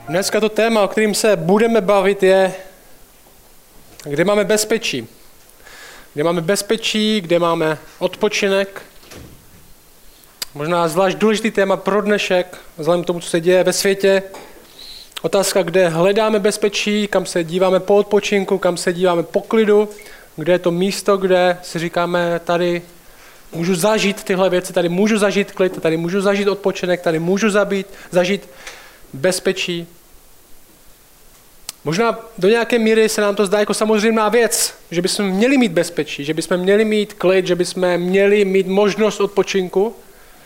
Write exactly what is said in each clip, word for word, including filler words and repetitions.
Dneska to téma, o kterým se budeme bavit, je, kde máme bezpečí. Kde máme bezpečí, kde máme odpočinek. Možná zvlášť důležitý téma pro dnešek, vzhledem k tomu, co se děje ve světě. Otázka, kde hledáme bezpečí, kam se díváme po odpočinku, kam se díváme po klidu, kde je to místo, kde si říkáme, tady můžu zažít tyhle věci, tady můžu zažít klid, tady můžu zažít odpočinek, tady můžu zabít, zažít bezpečí. Možná do nějaké míry se nám to zdá jako samozřejmá věc, že bychom měli mít bezpečí, že bychom měli mít klid, že bychom měli mít možnost odpočinku.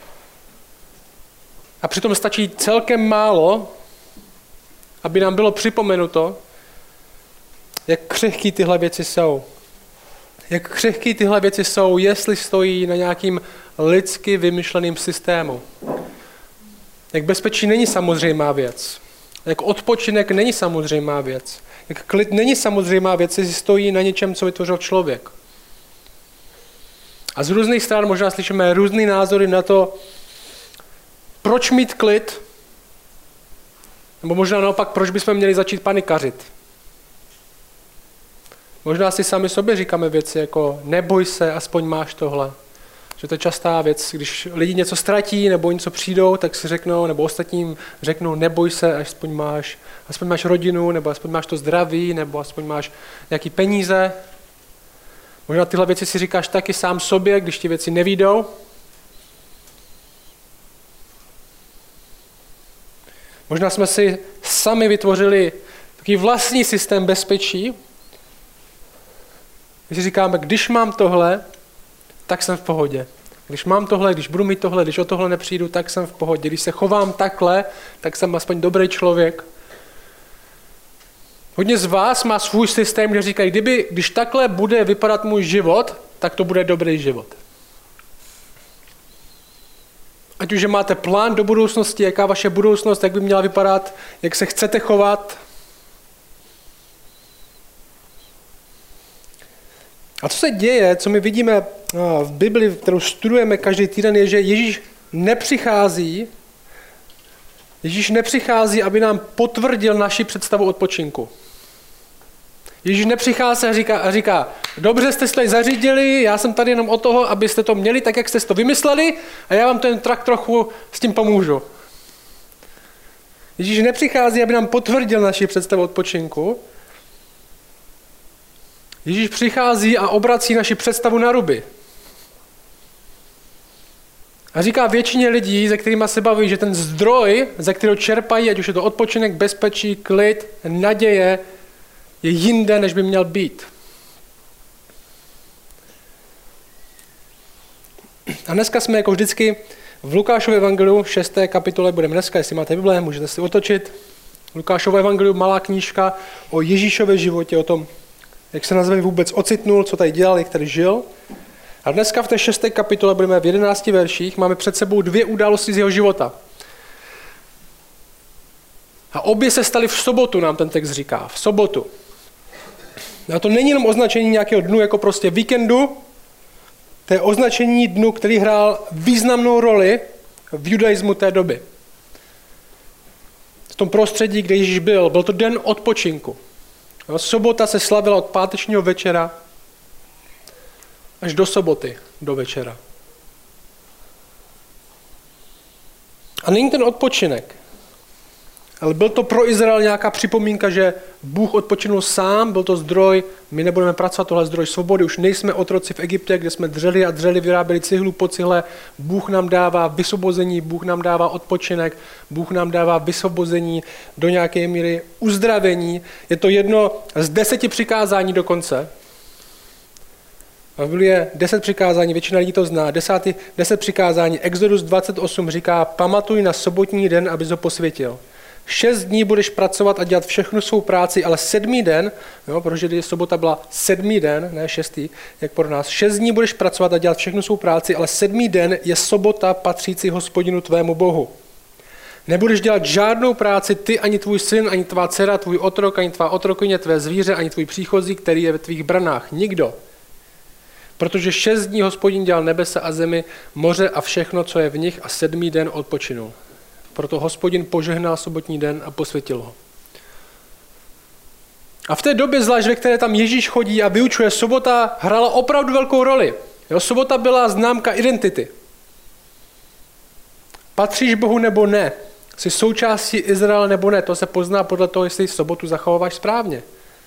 A přitom stačí celkem málo, aby nám bylo připomenuto, jak křehký tyhle věci jsou. Jak křehký tyhle věci jsou, jestli stojí na nějakým lidsky vymyšleným systému. Jak bezpečí není samozřejmá věc. Jak odpočinek není samozřejmá věc. Jak klid není samozřejmá věc, jestli stojí na něčem, co vytvořil člověk. A z různých stran možná slyšíme různé názory na to, proč mít klid, nebo možná naopak, proč bychom měli začít panikařit. Možná si sami sobě říkáme věci jako neboj se, aspoň máš tohle. Že to je častá věc, když lidi něco ztratí nebo něco přijdou, tak si řeknou, nebo ostatním řeknou neboj se, aspoň máš, aspoň máš rodinu, nebo aspoň máš to zdraví, nebo aspoň máš nějaký peníze. Možná tyhle věci si říkáš taky sám sobě, když ty věci nevídou. Možná jsme si sami vytvořili takový vlastní systém bezpečí, když si říkáme, když mám tohle, tak jsem v pohodě. Když mám tohle, když budu mít tohle, když o tohle nepřijdu, tak jsem v pohodě. Když se chovám takhle, tak jsem aspoň dobrý člověk. Hodně z vás má svůj systém, kde říkají, kdyby, když takhle bude vypadat můj život, tak to bude dobrý život. Ať už máte plán do budoucnosti, jaká vaše budoucnost, jak by měla vypadat, jak se chcete chovat. A co se děje, co my vidíme v Bibli, kterou studujeme každý týden, je, že Ježíš nepřichází, Ježíš nepřichází, aby nám potvrdil naši představu odpočinku. Ježíš nepřichází a říká, a říká, dobře jste si to zařídili, já jsem tady jenom o toho, abyste to měli tak, jak jste to vymysleli a já vám ten trak trochu s tím pomůžu. Ježíš nepřichází, aby nám potvrdil naši představu odpočinku. Ježíš přichází a obrací naši představu na ruby. A říká většině lidí, se kterými se baví, že ten zdroj, ze kterého čerpají, ať už je to odpočinek, bezpečí, klid, naděje, je jinde, než by měl být. A dneska jsme jako vždycky v Lukášově evangeliu, šesté kapitole, budeme dneska, jestli máte Bible, můžete si otočit. Lukášové evangeliu, malá knížka o Ježíšově životě, o tom, jak se na zemi vůbec ocitnul, co tady dělal, jak tady žil. A dneska v té šesté kapitole budeme v jedenácti verších, máme před sebou dvě události z jeho života. A obě se staly v sobotu, nám ten text říká, v sobotu. A to není jenom označení nějakého dnu, jako prostě víkendu, to je označení dnu, který hrál významnou roli v judaismu té doby. V tom prostředí, kde Ježíš byl, byl to den odpočinku. Sobota se slavila od pátečního večera až do soboty, do večera. A není ten odpočinek, ale byl to pro Izrael nějaká připomínka, že Bůh odpočinul sám, byl to zdroj, my nebudeme pracovat, tohle zdroj svobody, už nejsme otroci v Egyptě, kde jsme dřeli a dřeli, vyráběli cihlu po cihle. Bůh nám dává vysvobození, Bůh nám dává odpočinek, Bůh nám dává vysvobození do nějaké míry uzdravení. Je to jedno z deseti přikázání dokonce. A v Biblii je deset přikázání, většina lidí to zná. Desátý, deset přikázání, Exodus dvacet osm říká, pamatuj na sobotní den, abys ho posvětil. Šest dní budeš pracovat a dělat všechnu svou práci, ale sedmý den, jo, protože sobota byla sedmý den, ne šestý, jak pro nás, šest dní budeš pracovat a dělat všechnu svou práci, ale sedmý den je sobota patřící Hospodinu tvému Bohu. Nebudeš dělat žádnou práci ty, ani tvůj syn, ani tvá dcera, tvůj otrok, ani tvá otrokyně, tvé zvíře, ani tvůj příchozí, který je ve tvých branách. Nikdo. Protože šest dní Hospodin dělal nebesa a zemi, moře a všechno, co je v nich, a sedmý den odpočinul. Proto Hospodin požehnal sobotní den a posvětil ho. A v té době, zvlášť ve které tam Ježíš chodí a vyučuje, sobota hrála opravdu velkou roli. Jo, sobota byla známka identity. Patříš Bohu nebo ne? Jsi součástí Izraele nebo ne? To se pozná podle toho, jestli sobotu zachováváš správně.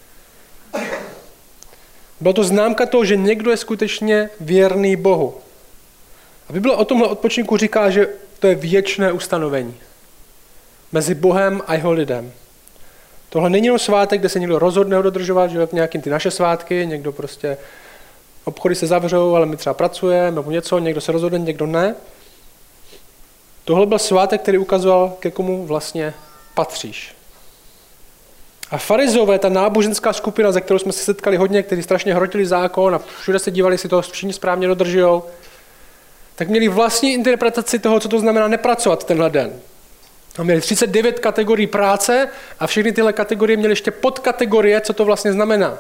Byla to známka toho, že někdo je skutečně věrný Bohu. A Bible o tomhle odpočinku říká, že to je věčné ustanovení mezi Bohem a jeho lidem. Tohle není jenom svátek, kde se někdo rozhodne ho dodržovat, že v nějakým ty naše svátky, někdo prostě obchody se zavřou, ale my třeba pracujeme, nebo něco, někdo se rozhodne, někdo ne. Tohle byl svátek, který ukazoval, ke komu vlastně patříš. A farizové, ta náboženská skupina, ze kterou jsme se setkali hodně, kteří strašně hrotili zákon a všude se dívali, jestli to všichni správně dodržujou, tak měli vlastní interpretaci toho, co to znamená nepracovat tenhle den. A měli třicet devět kategorií práce a všechny tyhle kategorie měly ještě podkategorie, co to vlastně znamená.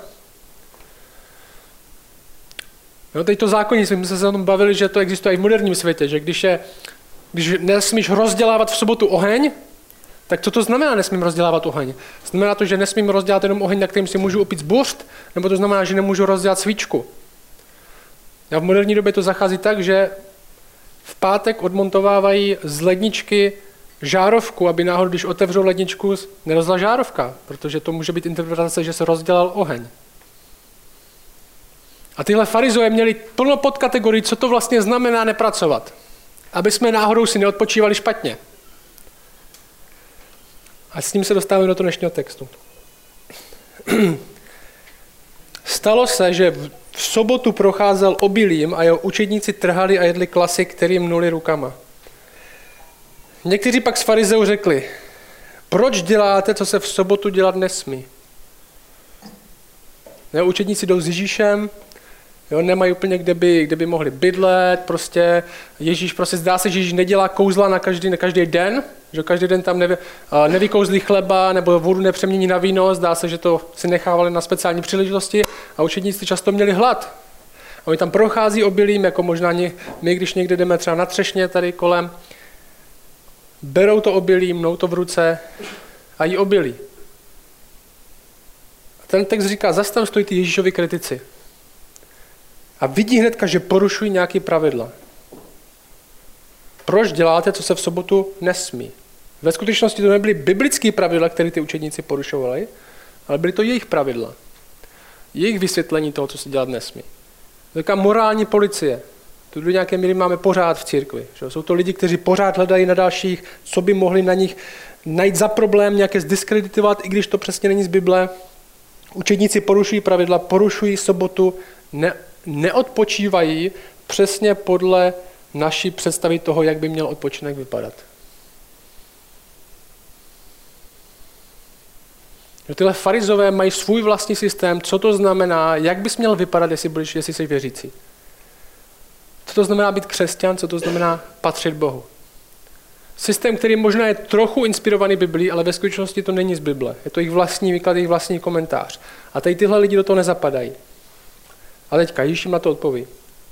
No, teď to zákonní, jsme se o tom bavili, že to existuje i v moderním světě, že když, je, když nesmíš rozdělávat v sobotu oheň, tak co to znamená nesmím rozdělávat oheň? Znamená to, že nesmím rozdělat jenom oheň, na kterým si můžu opít zbořt, nebo to znamená, že nemůžu rozdělat svíčku? A v moderní době to zachází tak, že v pátek odmontovávají z ledničky žárovku, aby náhodou, když otevřou ledničku, nerozdělala žárovka, protože to může být interpretace, že se rozdělal oheň. A tyhle farizové měli plno podkategorií, co to vlastně znamená nepracovat. Aby jsme náhodou si neodpočívali špatně. A s ním se dostáváme do toho dnešního textu. Stalo se, že v sobotu procházel obilím a jeho učedníci trhali a jedli klasy, který mnuli rukama. Někteří pak z farizeů řekli, proč děláte, co se v sobotu dělat nesmí? Ne, učedníci jdou s Ježíšem, jo, nemají úplně, kde by, kde by mohli bydlet, prostě Ježíš, prostě zdá se, že Ježíš nedělá kouzla na každý, na každý den, že každý den tam nevy, nevykouzlí chleba nebo vodu nepřemění na víno, zdá se, že to si nechávali na speciální příležitosti a učedníci často měli hlad. A oni tam prochází obilím, jako možná my, když někde jdeme třeba na třešně tady kolem, berou to obilí, mnou to v ruce a jí obilí. A ten text říká, zas tam stojí ty Ježíšovi kritici. A vidí hnedka, že porušují nějaké pravidla. Proč děláte, co se v sobotu nesmí? Ve skutečnosti to nebyly biblické pravidla, které ty učedníci porušovali, ale byly to jejich pravidla. Jejich vysvětlení toho, co se dělat nesmí. Taková morální policie. Tu do nějaké míry máme pořád v církvi. Že? Jsou to lidi, kteří pořád hledají na dalších, co by mohli na nich najít za problém, nějaké zdiskreditovat, i když to přesně není z Bible. Učedníci porušují pravidla, porušují sobotu, ne, neodpočívají přesně podle naší představy toho, jak by měl odpočinek vypadat. Že tyhle farizové mají svůj vlastní systém, co to znamená, jak bys měl vypadat, jestli, budeš, jestli jsi věřící. Co to znamená být křesťan, co to znamená patřit Bohu. Systém, který možná je trochu inspirovaný Biblí, ale ve skutečnosti to není z Bible. Je to jejich vlastní výklad, jejich vlastní komentář. A tady tyhle lidi do toho nezapadají. A teďka Ježíš jim na to odpoví.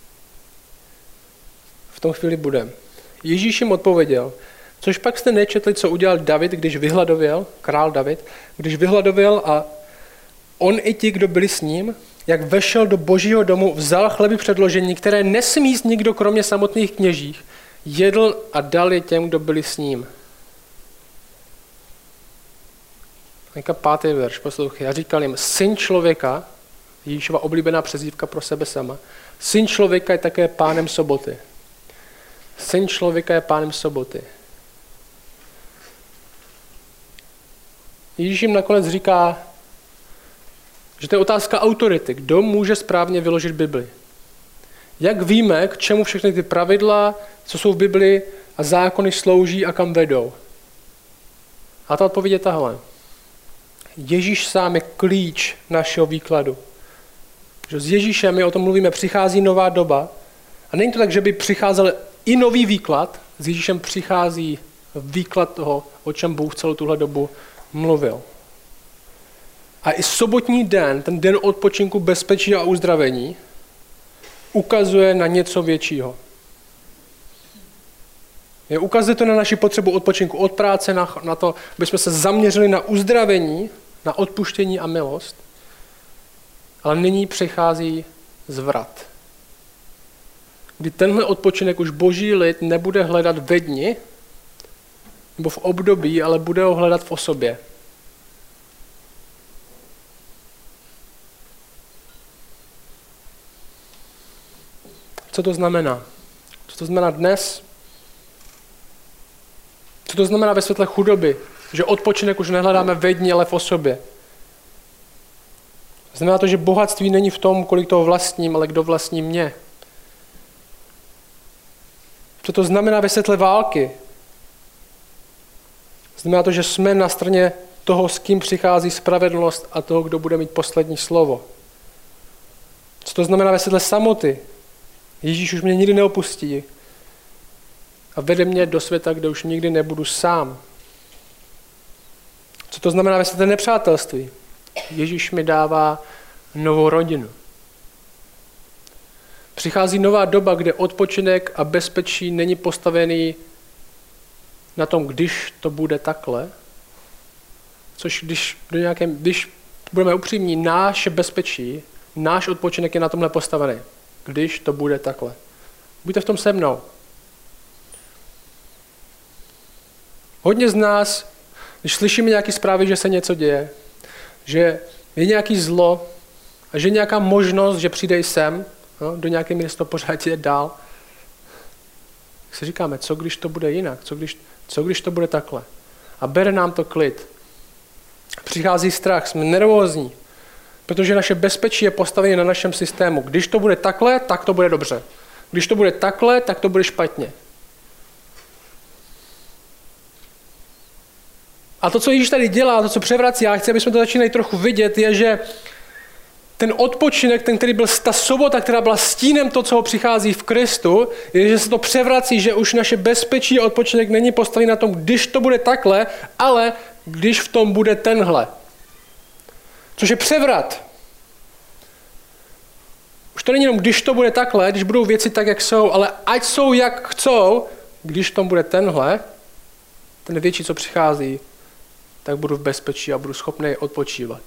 V tom chvíli budem. Ježíš jim odpověděl, což pak jste nečetli, co udělal David, když vyhladověl, král David, když vyhladověl a on i ti, kdo byli s ním, jak vešel do Božího domu, vzal chleby předložení, které nesmí jíst nikdo kromě samotných kněžích, jedl a dal je těm, kdo byli s ním. Teďka pátý verš, poslouchej. A říkal jim, syn člověka, Ježíšova oblíbená přezdívka pro sebe sama, syn člověka je také pánem soboty. Syn člověka je pánem soboty. Ježíš jim nakonec říká, že to je otázka autority. Kdo může správně vyložit Bibli? Jak víme, k čemu všechny ty pravidla, co jsou v Bibli a zákony slouží a kam vedou? A ta odpověď je tahle. Ježíš sám je klíč našeho výkladu. Že s Ježíšem, my o tom mluvíme, přichází nová doba. A není to tak, že by přicházel i nový výklad. S Ježíšem přichází výklad toho, o čem Bůh celou tuhle dobu mluvil. A i sobotní den, ten den odpočinku, bezpečí a uzdravení, ukazuje na něco většího. Je, ukazuje to na naši potřebu odpočinku od práce, na, na to, aby jsme se zaměřili na uzdravení, na odpuštění a milost. Ale nyní přichází zvrat. Kdy tenhle odpočinek už boží lid nebude hledat ve dni, nebo v období, ale bude ho hledat v osobě. Co to znamená? Co to znamená dnes? Co to znamená ve světle chudoby? Že odpočinek už nehledáme ve dni, ale v osobě. Znamená to, že bohatství není v tom, kolik toho vlastním, ale kdo vlastní mě. Co to znamená ve světle války? Znamená to, že jsme na straně toho, s kým přichází spravedlnost a toho, kdo bude mít poslední slovo. Co to znamená ve světle samoty? Ježíš už mě nikdy neopustí a vede mě do světa, kde už nikdy nebudu sám. Co to znamená ve světle nepřátelství? Ježíš mi dává novou rodinu. Přichází nová doba, kde odpočinek a bezpečí není postavený na tom, když to bude takhle, což když, do nějakém, když budeme upřímní, náš bezpečí, náš odpočinek je na tomhle postavený. Když to bude takhle. Buďte v tom se mnou. Hodně z nás, když slyšíme nějaké zprávy, že se něco děje, že je nějaký zlo a že je nějaká možnost, že přijde sem, no, do nějaké míry se to pořád jde dál, tak si říkáme, co když to bude jinak, co když, co když to bude takhle. A bere nám to klid. Přichází strach, jsme nervózní, protože naše bezpečí je postavené na našem systému. Když to bude takhle, tak to bude dobře. Když to bude takhle, tak to bude špatně. A to, co Ježíš tady dělá, to, co převrací, já chci, aby jsme to začínali trochu vidět, je, že ten odpočinek, ten, který byl ta sobota, která byla stínem to, co ho přichází v Kristu, je, že se to převrací, že už naše bezpečí a odpočinek není postavený na tom, když to bude takhle, ale když v tom bude tenhle. Což je převrat. Už to není jenom, když to bude takhle, když budou věci tak, jak jsou, ale ať jsou, jak chcou, když v tom bude tenhle, ten větší, co přichází, tak budu v bezpečí a budu schopný odpočívat.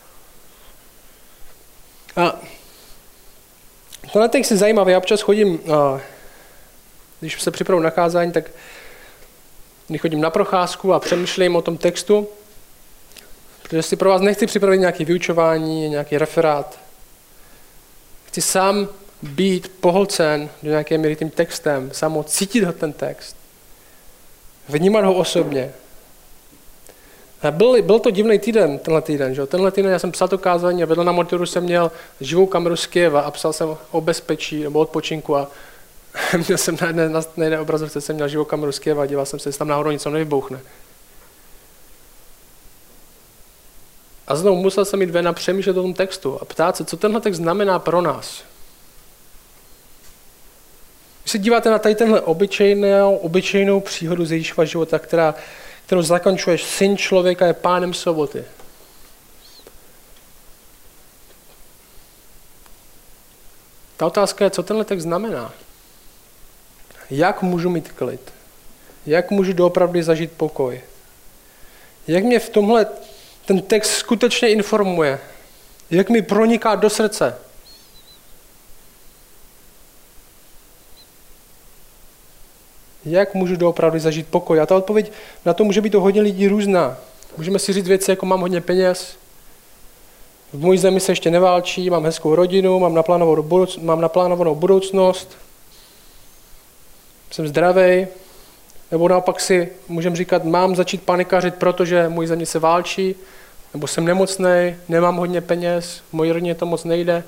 A tohle text je zajímavý. Já občas chodím, když se připravu na kázání, tak když chodím na procházku a přemýšlím o tom textu, protože si pro vás nechci připravit nějaké vyučování, nějaký referát. Chci sám být pohlcen do nějaké míry tím textem, sám cítit ho ten text, vnímat ho osobně. A byl, byl to divný týden, tenhle týden. Že? Tenhle týden já jsem psal to kázání a vedle na monitoru jsem měl živou kameru z Kyjeva a psal jsem o bezpečí nebo odpočinku a měl jsem na jedné, na jedné obrazovce jsem měl živou kameru z Kyjeva a díval jsem se, jestli tam náhodou něco nevybouchne. A znovu musel jsem jít ven a přemýšlet o tom textu a ptát se, co tenhle text znamená pro nás. Když se díváte na tady tenhle obyčejnou, obyčejnou příhodu z Ježíšova života, která, kterou zakončuješ, syn člověka je pánem soboty. Ta otázka je, co tenhle text znamená. Jak můžu mít klid? Jak můžu doopravdy zažít pokoj? Jak mě v tomhle ten text skutečně informuje? Jak mi proniká do srdce? Jak můžu doopravdy zažít pokoj? A ta odpověď na to může být o hodně lidí různá. Můžeme si říct věci, jako mám hodně peněz, v mojí zemi se ještě neválčí, mám hezkou rodinu, mám naplánovanou, budouc- mám naplánovanou budoucnost, jsem zdravý, nebo naopak si můžeme říkat, mám začít panikařit, protože můj zemi se válčí, nebo jsem nemocnej, nemám hodně peněz, v mojí rodině to moc nejde.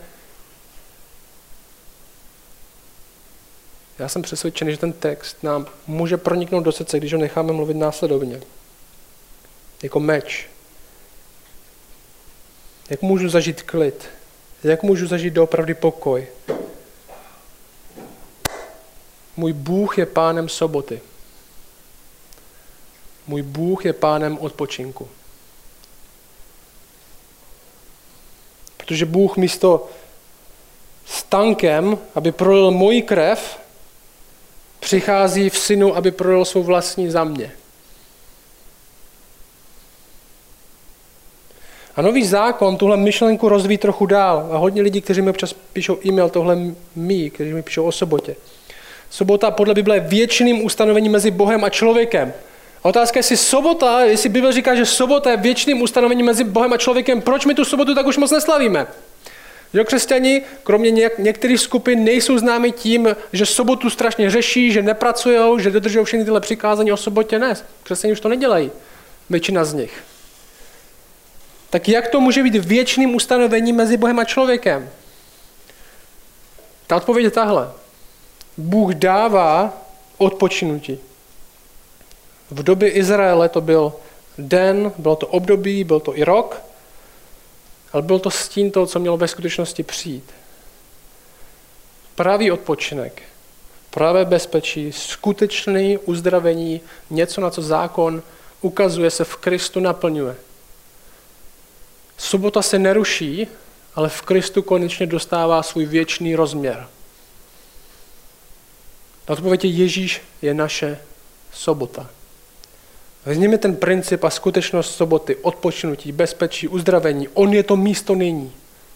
Já jsem přesvědčený, že ten text nám může proniknout do srdce, když ho necháme mluvit následovně. Jako meč. Jak můžu zažít klid? Jak můžu zažít doopravdy pokoj? Můj Bůh je pánem soboty. Můj Bůh je pánem odpočinku. Protože Bůh místo s tankem, aby prolil moji krev, přichází v synu, aby prodal svou vlastní za mě. A nový zákon tuhle myšlenku rozvíjí trochu dál. A hodně lidí, kteří mi občas píšou e-mail, tohle mý, kteří mi píšou o sobotě. Sobota podle Bible je věčným ustanovením mezi Bohem a člověkem. A otázka je, jestli sobota, jestli Bible říká, že sobota je věčným ustanovením mezi Bohem a člověkem, proč my tu sobotu tak už moc neslavíme? Jo, křesťani, kromě něk- některých skupin, nejsou známi tím, že sobotu strašně řeší, že nepracujou, že dodržují všechny tyhle přikázání o sobotě. Ne, křesťani už to nedělají. Většina z nich. Tak jak to může být věčným ustanovením mezi Bohem a člověkem? Ta odpověď je tahle. Bůh dává odpočinutí. V době Izraele to byl den, bylo to období, byl to i rok, ale byl to stín toho, co mělo ve skutečnosti přijít. Pravý odpočinek, pravé bezpečí, skutečné uzdravení, něco, na co zákon ukazuje, se v Kristu naplňuje. Sobota se neruší, ale v Kristu konečně dostává svůj věčný rozměr. Na odpověď Ježíš je naše sobota. Vezměme ten princip a skutečnost soboty, odpočinutí, bezpečí, uzdravení. On je to místo nyní.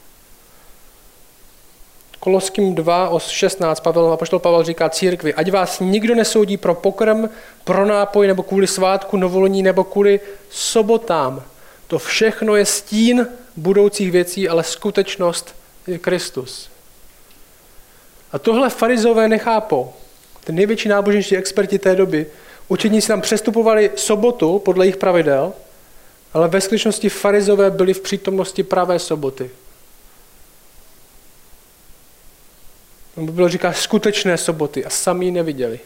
Koloským dva šestnáct Pavel, apoštol Pavel říká církvi, ať vás nikdo nesoudí pro pokrm, pro nápoj, nebo kvůli svátku, novolní, nebo kvůli sobotám. To všechno je stín budoucích věcí, ale skutečnost je Kristus. A tohle farizové nechápou. Ty největší náboženští experti té doby, učedníci tam přestupovali sobotu podle jejich pravidel, ale ve skutečnosti farizové byli v přítomnosti pravé soboty. Bylo říká skutečné soboty a sami ji neviděli.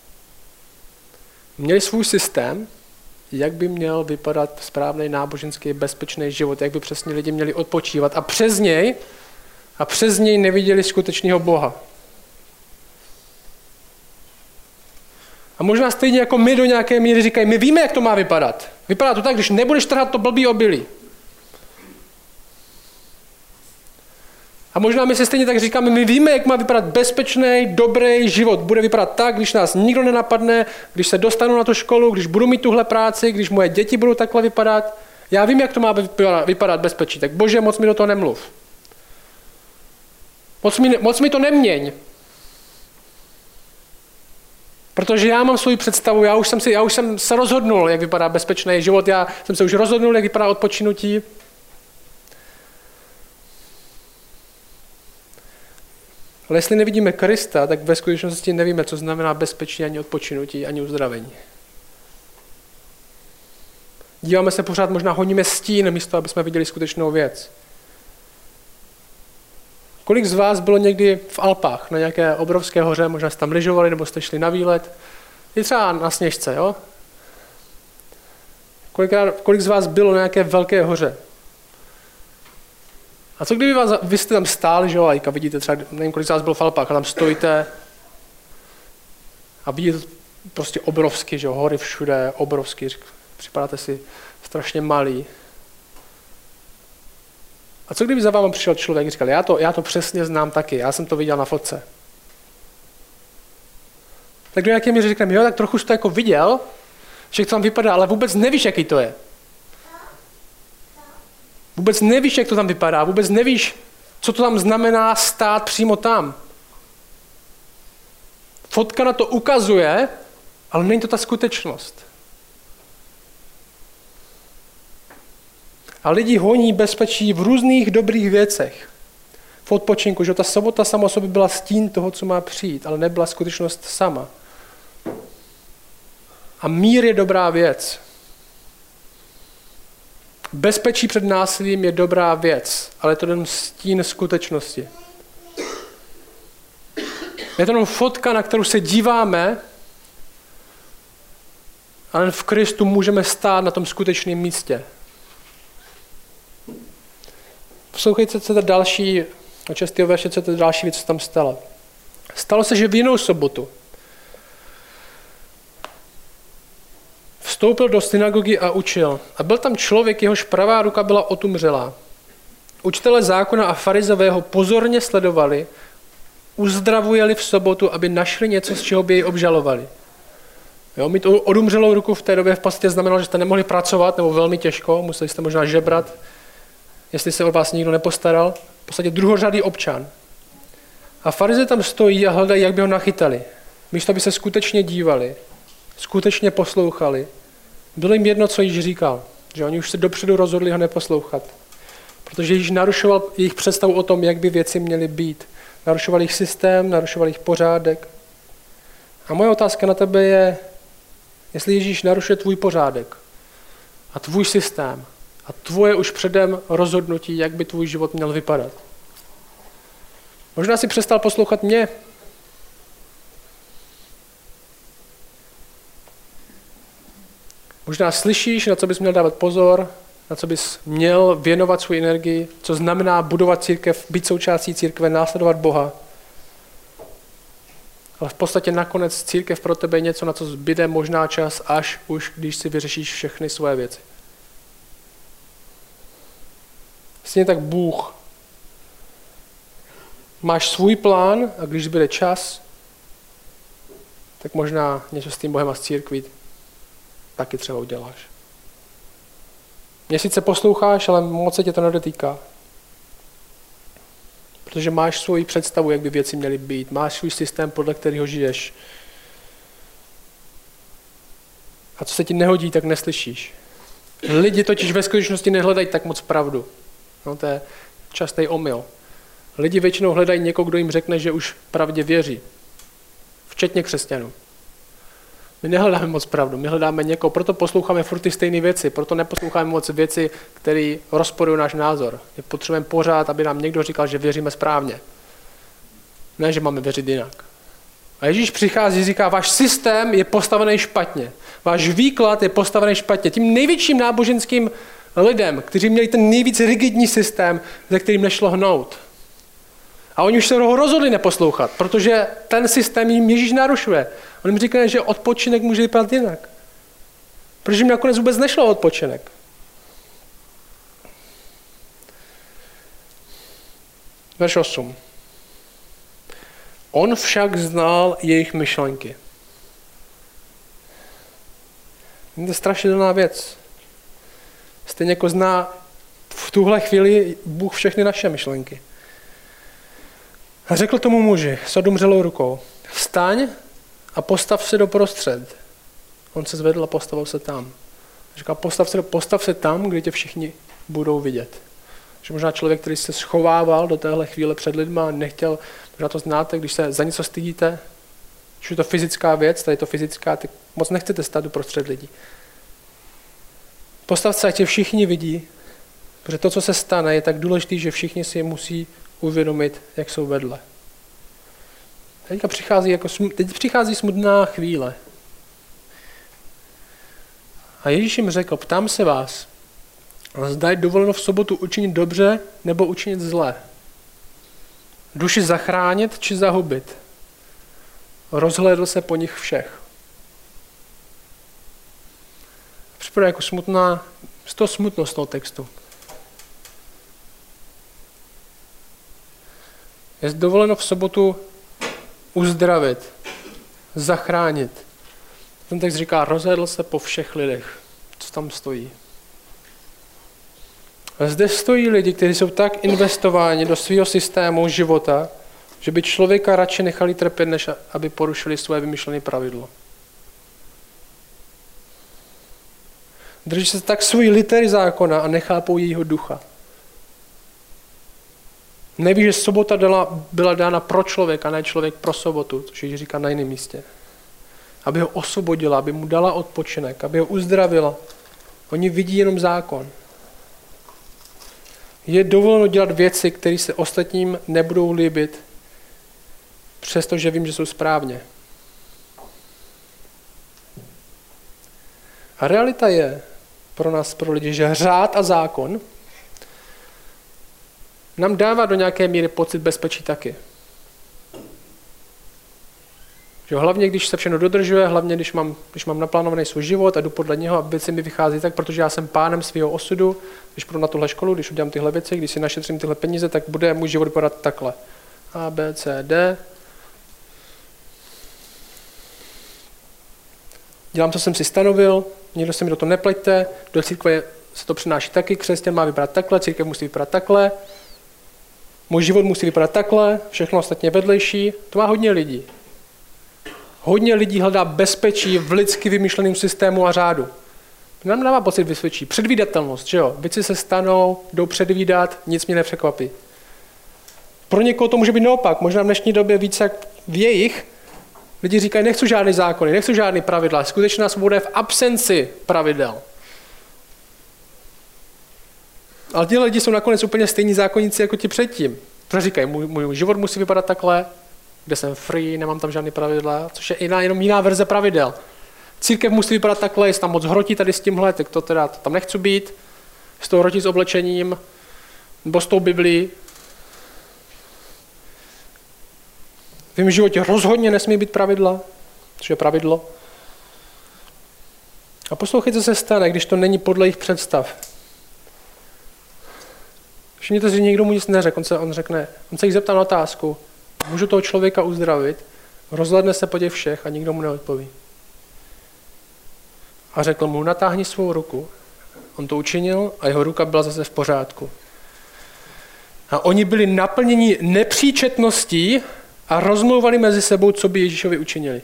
Měli svůj systém, jak by měl vypadat správný náboženský bezpečný život, jak by přesně lidi měli odpočívat a přes něj a přes něj neviděli skutečného Boha. A možná stejně jako my do nějaké míry říkají, my víme, jak to má vypadat. Vypadá to tak, když nebudeš trhat to blbý obilí. A možná my si stejně tak říkáme, my víme, jak má vypadat bezpečný, dobrý život. Bude vypadat tak, když nás nikdo nenapadne, když se dostanu na tu školu, když budu mít tuhle práci, když moje děti budou takhle vypadat. Já vím, jak to má vypadat bezpečí, tak Bože, moc mi do toho nemluv. Moc mi, moc mi to neměň. Protože já mám svou představu, já už, jsem si, já už jsem se rozhodnul, jak vypadá bezpečný život, já jsem se už rozhodnul, jak vypadá odpočinutí. Ale jestli nevidíme Krista, tak ve skutečnosti nevíme, co znamená bezpečí, ani odpočinutí, ani uzdravení. Díváme se pořád, možná honíme stín, místo, aby jsme viděli skutečnou věc. Kolik z vás bylo někdy v Alpách, na nějaké obrovské hoře, možná jste tam lyžovali, nebo jste šli na výlet, i třeba na Sněžce, jo? Kolikrát, kolik z vás bylo na nějaké velké hoře? A co kdyby vás, vy jste tam stáli, že jo, a vidíte třeba, nevím, kolik z vás bylo v Alpách, a tam stojíte a vidíte prostě obrovský, že jo, hory všude, obrovský, připadáte si strašně malý. A co kdyby za váma přišel člověk a říkal, já to, já to přesně znám taky, já jsem to viděl na fotce. Tak do nějaké míry říkám, jo, tak trochu jsi to jako viděl, že to tam vypadá, ale vůbec nevíš, jaký to je. Vůbec nevíš, jak to tam vypadá, vůbec nevíš, co to tam znamená stát přímo tam. Fotka na to ukazuje, ale není to ta skutečnost. A lidi honí bezpečí v různých dobrých věcech. V odpočinku, že ta sobota sama o sobě byla stín toho, co má přijít, ale nebyla skutečnost sama. A mír je dobrá věc. Bezpečí před násilím je dobrá věc, ale je to jen stín skutečnosti. Je to jenom fotka, na kterou se díváme, ale v Kristu můžeme stát na tom skutečném místě. Poslouchejte, co to další, od šestého verše, co to další věc, co tam stalo. Stalo se, že v jinou sobotu vstoupil do synagogy a učil. A byl tam člověk, jehož pravá ruka byla otumřelá. Učitelé zákona a farizové ho pozorně sledovali, uzdravuje-li v sobotu, aby našli něco, z čeho by jej obžalovali. Jo, mít odumřelou ruku v té době v podstatě znamenalo, že jste nemohli pracovat, nebo velmi těžko, museli jste možná žebrat, jestli se o vás nikdo nepostaral. V podstatě druhořadý občan. A farizej tam stojí a hledají, jak by ho nachytali. Místo, aby se skutečně dívali, skutečně poslouchali. Bylo jim jedno, co Ježíš říkal, že oni už se dopředu rozhodli ho neposlouchat. Protože Ježíš narušoval jejich představu o tom, jak by věci měly být. Narušoval jejich systém, narušoval jejich pořádek. A moje otázka na tebe je, jestli Ježíš narušuje tvůj pořádek a tvůj systém a tvoje už předem rozhodnutí, jak by tvůj život měl vypadat. Možná si přestal poslouchat mě. Možná slyšíš, na co bys měl dávat pozor, na co bys měl věnovat svou energii, co znamená budovat církev, být součástí církve, následovat Boha. Ale v podstatě nakonec církev pro tebe je něco, na co zbyde možná čas, až už, když si vyřešíš všechny svoje věci. Stejně tak Bůh. Máš svůj plán a když zbyde čas, tak možná něco s tím Bohem a s církví taky třeba uděláš. Mě sice posloucháš, ale moc se tě to nedotýká. Protože máš svoji představu, jak by věci měly být. Máš svůj systém, podle kterého žiješ. A co se ti nehodí, tak neslyšíš. Lidi totiž ve skutečnosti nehledají tak moc pravdu. No, to je častý omyl. Lidi většinou hledají někoho, kdo jim řekne, že už pravdě věří. Včetně křesťanů. My nehledáme moc pravdu, my hledáme někoho, proto posloucháme furt ty stejné věci, proto neposloucháme moc věci, které rozporují náš názor. My potřebujeme pořád, aby nám někdo říkal, že věříme správně. Ne, že máme věřit jinak. A Ježíš přichází a říká, váš systém je postavený špatně. Váš výklad je postavený špatně. Tím největším náboženským lidem, kteří měli ten nejvíc rigidní systém, ze kterým nešlo hnout. A oni už se ho rozhodli neposlouchat, protože ten systém jim Ježíš narušuje. On jim říká, že odpočinek může vypadat jinak. Protože jim nakonec vůbec nešlo o odpočinek. Verš osm. On však znal jejich myšlenky. To je strašidelná věc. Stejně jako zná v tuhle chvíli Bůh všechny naše myšlenky. A řekl tomu muži s odumřelou rukou, vstaň a postav se doprostřed. On se zvedl a postavil se tam. Říká, postav se, postav se tam, kde tě všichni budou vidět. Že možná člověk, který se schovával do téhle chvíle před lidma, nechtěl, možná to znáte, když se za něco stydíte, když je to fyzická věc, tady je to fyzická, tak moc nechcete stát uprostřed lidí. Postav se, ať tě všichni vidí, protože to, co se stane, je tak důležité, že všichni si musí uvědomit, jak jsou vedle. Teďka přichází, jako, teď přichází smutná chvíle. A Ježíš jim řekl, ptám se vás, zda je dovoleno v sobotu učinit dobře nebo učinit zlé. Duši zachránit či zahubit. Rozhlédl se po nich všech. Připadá jako smutná, z toho smutnost z toho textu. Je dovoleno v sobotu uzdravit, zachránit. Ten text říká, rozhlédl se po všech lidech, co tam stojí. A zde stojí lidi, kteří jsou tak investováni do svého systému života, že by člověka radši nechali trpět, než aby porušili své vymyšlené pravidlo. Drží se tak svojí litery zákona a nechápou jejího ducha. Neví, že sobota byla dána pro člověka, ne člověk pro sobotu, což Ježíš říká na jiném místě. Aby ho osvobodila, aby mu dala odpočinek, aby ho uzdravila. Oni vidí jenom zákon. Je dovoleno dělat věci, které se ostatním nebudou líbit, přestože vím, že jsou správně. A realita je pro nás, pro lidi, že řád a zákon nám dává do nějaké míry pocit bezpečí taky. Že hlavně, když se všechno dodržuje, hlavně, když mám, když mám naplánovaný svůj život a jdu podle něho a věci mi vychází tak, protože já jsem pánem svého osudu, když půjdu na tuhle školu, když udělám tyhle věci, když si našetřím tyhle peníze, tak bude můj život vypadat takhle. A, B, C, D. Dělám, co jsem si stanovil, nikdo se mi do toho nepleťte, do církve se to přináší taky, křesťan má vypadat takhle, církev musí vypadat takhle, můj život musí vypadat takhle, všechno ostatně vedlejší, to má hodně lidí. Hodně lidí hledá bezpečí v lidsky vymyšleném systému a řádu. Nám dává pocit bezpečí. Předvídatelnost, že jo? Věci se stanou, jdou předvídat, nic mě nepřekvapí. Pro někoho to může být naopak. Možná v dnešní době více jak v jejich lidi říkají, nechci žádný zákony, nechci žádný pravidla. Skutečná svoboda je v absenci pravidel. Ale ti lidi jsou nakonec úplně stejní zákonníci jako ti předtím. Protože říkají, můj, můj život musí vypadat takhle, kde jsem free, nemám tam žádný pravidla, což je jiná, jenom jiná verze pravidel. Církev musí vypadat takhle, jestli tam moc hrotí tady s tímhle, tak to teda to tam nechci být, s tou hrotí s oblečením, nebo s tou Biblií. V mém životě rozhodně nesmí být pravidla, což je pravidlo. A poslouchejte, co se stane, když to není podle jejich představ. Všimněte si, že nikdo mu nic neřekl, on se, on řekne, on se jich zeptá na otázku, můžu toho člověka uzdravit, rozhledne se po těch všech a nikdo mu neodpoví. A řekl mu, natáhni svou ruku. On to učinil a jeho ruka byla zase v pořádku. A oni byli naplněni nepříčetností a rozmlouvali mezi sebou, co by Ježíšovi učinili.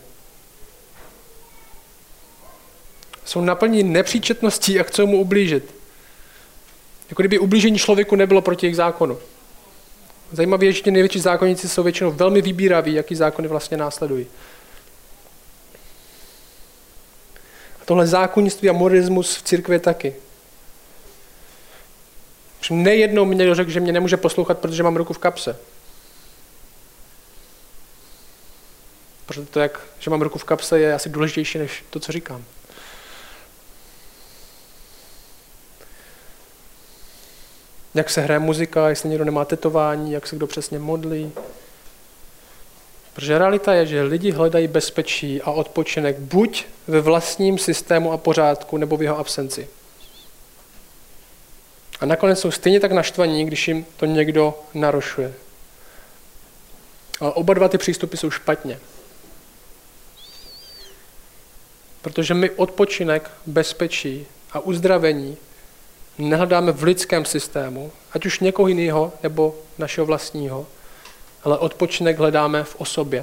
Jsou naplněni nepříčetností a chcou mu ublížit. Jako kdyby ublížení člověku nebylo proti jejich zákonu. Zajímavé je, že ti největší zákonníci jsou většinou velmi vybíraví, jaký zákony vlastně následují. A tohle zákonnictví a moralismus v církvi taky. Nejednou mi někdo řekl, že mě nemůže poslouchat, protože mám ruku v kapse. Protože to, jak, že mám ruku v kapse, je asi důležitější než to, co říkám. Jak se hraje muzika, jestli někdo nemá tetování, jak se kdo přesně modlí. Protože realita je, že lidi hledají bezpečí a odpočinek buď ve vlastním systému a pořádku, nebo v jeho absenci. A nakonec jsou stejně tak naštvaní, když jim to někdo narušuje. Ale oba dva ty přístupy jsou špatně. Protože my odpočinek, bezpečí a uzdravení nehledáme v lidském systému, ať už někoho jiného nebo našeho vlastního, ale odpočinek hledáme v osobě.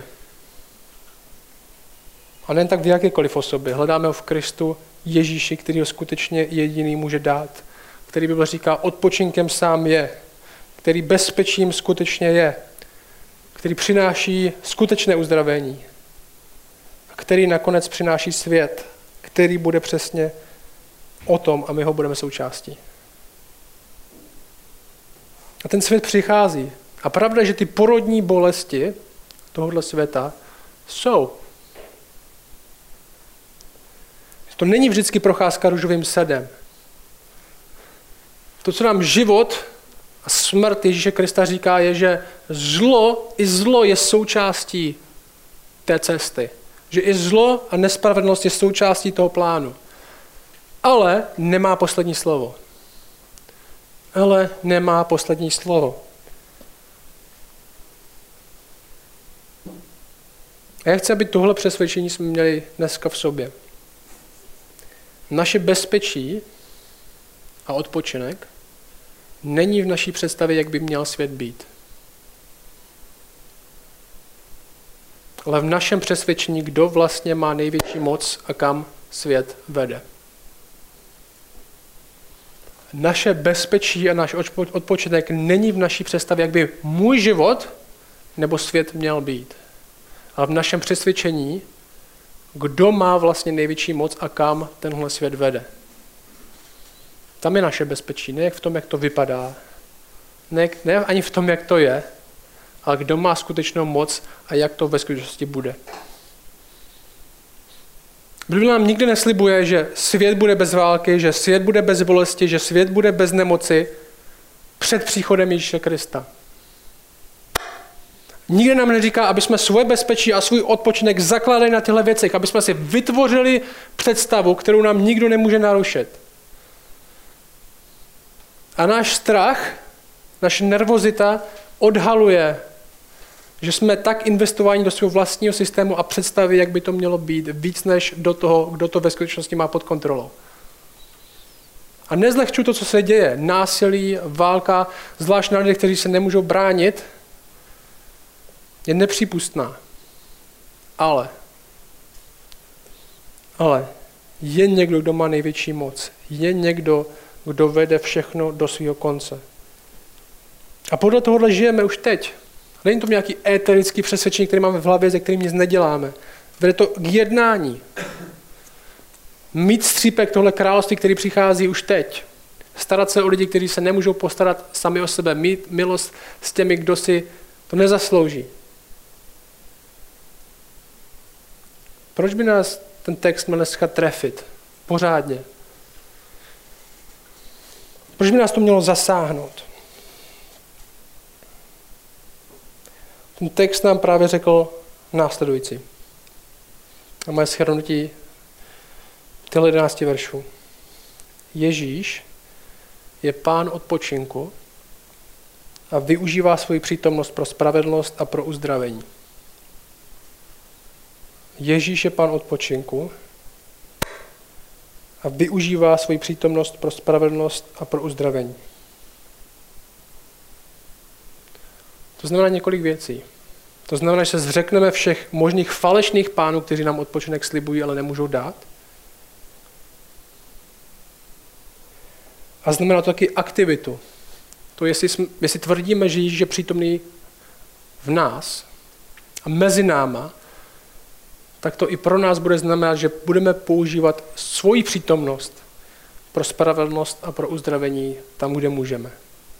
A nejen tak v jakékoliv osobě. Hledáme ho v Kristu Ježíši, který ho skutečně jediný může dát. Který Bible říká, odpočinkem sám je. Který bezpečím skutečně je. Který přináší skutečné uzdravení. A který nakonec přináší svět, který bude přesně o tom a my ho budeme součástí. A ten svět přichází. A pravda je, že ty porodní bolesti tohohle světa jsou. To není vždycky procházka růžovým sadem. To, co nám život a smrt Ježíše Krista říká, je, že zlo i zlo je součástí té cesty. Že i zlo a nespravedlnost je součástí toho plánu. Ale nemá poslední slovo. Ale nemá poslední slovo. A já chci, aby tohle přesvědčení jsme měli dneska v sobě. Naše bezpečí a odpočinek není v naší představě, jak by měl svět být. Ale v našem přesvědčení, kdo vlastně má největší moc a kam svět vede. Naše bezpečí a náš odpočinek není v naší představě, jak by můj život nebo svět měl být. Ale v našem přesvědčení, kdo má vlastně největší moc a kam tenhle svět vede. Tam je naše bezpečí, ne v tom, jak to vypadá, ne, ne ani v tom, jak to je, ale kdo má skutečnou moc a jak to ve skutečnosti bude. Bible nám nikdy neslibuje, že svět bude bez války, že svět bude bez bolesti, že svět bude bez nemoci před příchodem Ježíše Krista. Nikdy nám neříká, aby jsme svoje bezpečí a svůj odpočinek zakládali na těchto věcech, aby jsme si vytvořili představu, kterou nám nikdo nemůže narušit. A náš strach, naše nervozita odhaluje že jsme tak investováni do svého vlastního systému a představy, jak by to mělo být, víc než do toho, kdo to ve skutečnosti má pod kontrolou. A nezlehčuji to, co se děje. Násilí, válka, zvlášť na lidech, kteří se nemůžou bránit, je nepřípustná. Ale, ale je někdo, kdo má největší moc. Je někdo, kdo vede všechno do svého konce. A podle tohohle žijeme už teď. Není to nějaký éterický přesvědčení, který máme v hlavě, ze kterým nic neděláme. Vede to k jednání. Mít střípek tohle království, který přichází už teď. Starat se o lidi, kteří se nemůžou postarat sami o sebe. Mít milost s těmi, kdo si to nezaslouží. Proč by nás ten text měl dneska trefit? Pořádně. Proč by nás to mělo zasáhnout? Ten text nám právě řekl následující. A moje shrnutí těchto jedenácti veršů. Ježíš je pán odpočinku a využívá svoji přítomnost pro spravedlnost a pro uzdravení. Ježíš je pán odpočinku a využívá svoji přítomnost pro spravedlnost a pro uzdravení. To znamená několik věcí. To znamená, že se zřekneme všech možných falešných pánů, kteří nám odpočinek slibují, ale nemůžou dát. A znamená to taky aktivitu. To, jestli, jsme, jestli tvrdíme, že Ježíš je přítomný v nás a mezi náma, tak to i pro nás bude znamenat, že budeme používat svoji přítomnost pro spravedlnost a pro uzdravení tam, kde můžeme.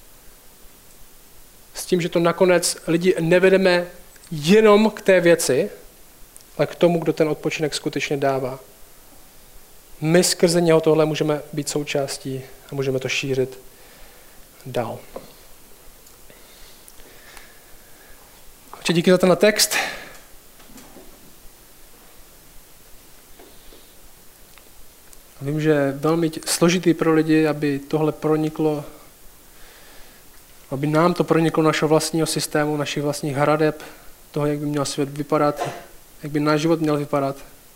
S tím, že to nakonec lidi nevedeme jenom k té věci, ale k tomu, kdo ten odpočinek skutečně dává. My skrze něho tohle můžeme být součástí a můžeme to šířit dál. Otče, díky za tenhle text. Vím, že je velmi složitý pro lidi, aby tohle proniklo, aby nám to proniklo našeho vlastního systému, našich vlastních hradeb, toho, jak by měl svět vypadat, jak by náš život měl vypadat.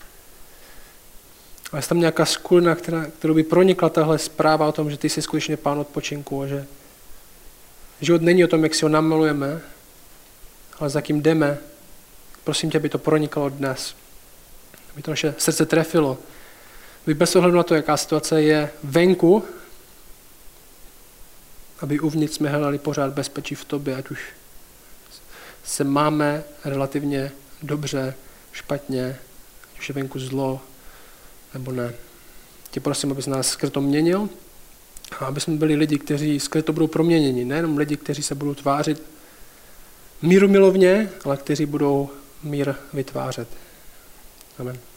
A je tam nějaká skulina, která, kterou by pronikla tahle zpráva o tom, že ty jsi skutečně pán odpočinku a že život není o tom, jak si ho namalujeme, ale za kým jdeme. Prosím tě, aby to proniklo dnes. Aby to naše srdce trefilo. Aby bez ohledu na to, jaká situace je venku, aby uvnitř jsme hledali pořád bezpečí v tobě, ať už se máme relativně dobře, špatně, ať už je venku zlo, nebo ne. Tě prosím, abys nás skrze to měnil a aby jsme byli lidi, kteří skrze to budou proměněni. Nejenom lidi, kteří se budou tvářit mírumilovně, ale kteří budou mír vytvářet. Amen.